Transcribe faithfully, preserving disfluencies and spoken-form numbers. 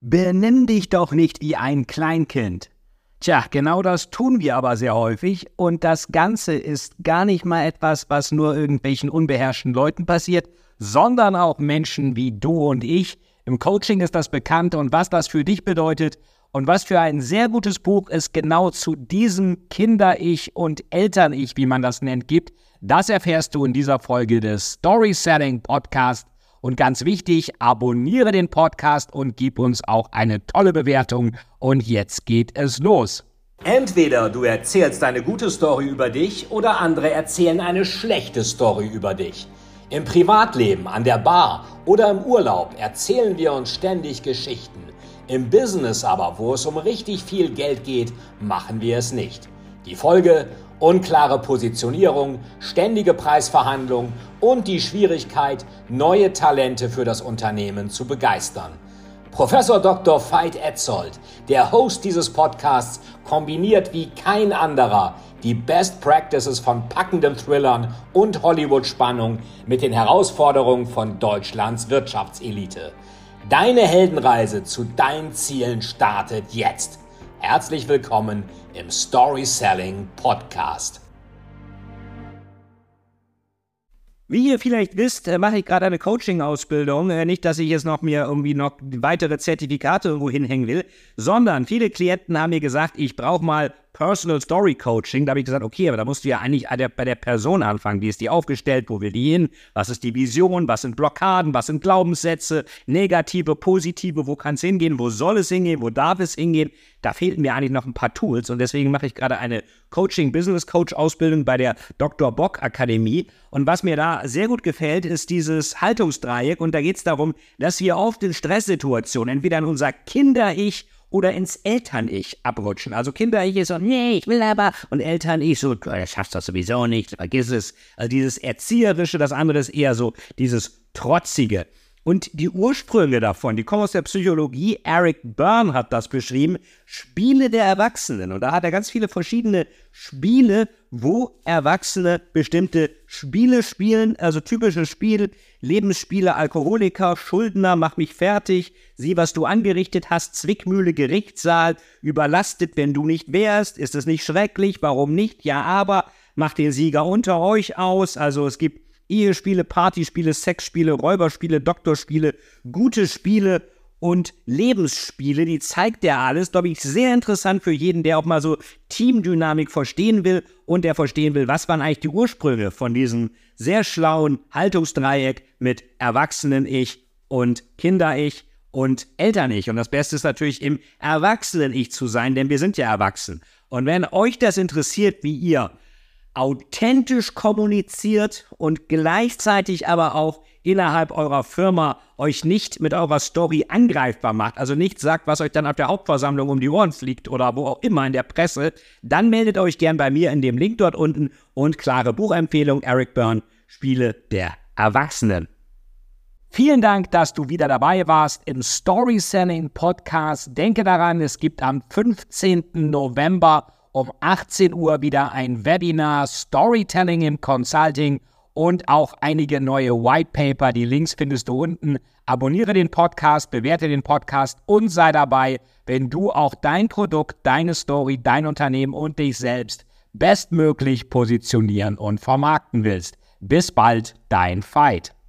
Benimm dich doch nicht wie ein Kleinkind. Tja, genau das tun wir aber sehr häufig und das Ganze ist gar nicht mal etwas, was nur irgendwelchen unbeherrschten Leuten passiert, sondern auch Menschen wie du und ich. Im Coaching ist das bekannt und was das für dich bedeutet und was für ein sehr gutes Buch es genau zu diesem Kinder-Ich und Eltern-Ich, wie man das nennt, gibt, das erfährst du in dieser Folge des Story Selling Podcast. Und ganz wichtig, abonniere den Podcast und gib uns auch eine tolle Bewertung. Und jetzt geht es los. Entweder du erzählst eine gute Story über dich oder andere erzählen eine schlechte Story über dich. Im Privatleben, an der Bar oder im Urlaub erzählen wir uns ständig Geschichten. Im Business aber, wo es um richtig viel Geld geht, machen wir es nicht. Die Folge: unklare Positionierung, ständige Preisverhandlungen und die Schwierigkeit, neue Talente für das Unternehmen zu begeistern. Professor Doktor Veit Etzold, der Host dieses Podcasts, kombiniert wie kein anderer die Best Practices von packenden Thrillern und Hollywood-Spannung mit den Herausforderungen von Deutschlands Wirtschaftselite. Deine Heldenreise zu deinen Zielen startet jetzt. Herzlich willkommen im Story Selling Podcast. Wie ihr vielleicht wisst, mache ich gerade eine Coaching-Ausbildung. Nicht, dass ich jetzt noch mir irgendwie noch weitere Zertifikate irgendwo hinhängen will, sondern viele Klienten haben mir gesagt, ich brauche mal Personal Story Coaching. Da habe ich gesagt, okay, aber da musst du ja eigentlich bei der Person anfangen. Wie ist die aufgestellt? Wo will die hin? Was ist die Vision? Was sind Blockaden? Was sind Glaubenssätze? Negative, positive? Wo kann es hingehen? Wo soll es hingehen? Wo darf es hingehen? Da fehlten mir eigentlich noch ein paar Tools und deswegen mache ich gerade eine Coaching-Business-Coach-Ausbildung bei der Doktor Bock Akademie. Und was mir da sehr gut gefällt, ist dieses Haltungsdreieck. Und da geht es darum, dass wir oft in Stresssituationen entweder in unser Kinder-Ich oder ins Eltern-Ich abrutschen. Also Kinder-Ich ist so, nee, ich will aber. Und Eltern-Ich so, du schaffst das sowieso nicht, vergiss es. Also dieses Erzieherische, das andere ist eher so dieses Trotzige. Und die Ursprünge davon, die kommen aus der Psychologie. Eric Berne hat das beschrieben, Spiele der Erwachsenen. Und da hat er ganz viele verschiedene Spiele, wo Erwachsene bestimmte Spiele spielen, also typische Spiele, Lebensspiele, Alkoholiker, Schuldner, mach mich fertig, sieh, was du angerichtet hast, Zwickmühle, Gerichtssaal, überlastet, wenn du nicht wärst, ist es nicht schrecklich, warum nicht, ja, aber, mach den Sieger unter euch aus, also es gibt Ehespiele, Partyspiele, Sexspiele, Räuberspiele, Doktorspiele, gute Spiele und Lebensspiele, die zeigt er alles, glaube ich, sehr interessant für jeden, der auch mal so Teamdynamik verstehen will und der verstehen will, was waren eigentlich die Ursprünge von diesem sehr schlauen Haltungsdreieck mit Erwachsenen-Ich und Kinder-Ich und Eltern-Ich. Und das Beste ist natürlich, im Erwachsenen-Ich zu sein, denn wir sind ja erwachsen. Und wenn euch das interessiert, wie ihr authentisch kommuniziert und gleichzeitig aber auch innerhalb eurer Firma euch nicht mit eurer Story angreifbar macht, also nicht sagt, was euch dann auf der Hauptversammlung um die Ohren fliegt oder wo auch immer in der Presse, dann meldet euch gern bei mir in dem Link dort unten und klare Buchempfehlung, Eric Berne, Spiele der Erwachsenen. Vielen Dank, dass du wieder dabei warst im Story Selling Podcast. Denke daran, es gibt am fünfzehnten November um achtzehn Uhr wieder ein Webinar Storytelling im Consulting und auch einige neue White Paper. Die Links findest du unten. Abonniere den Podcast, bewerte den Podcast und sei dabei, wenn du auch dein Produkt, deine Story, dein Unternehmen und dich selbst bestmöglich positionieren und vermarkten willst. Bis bald, dein Veit.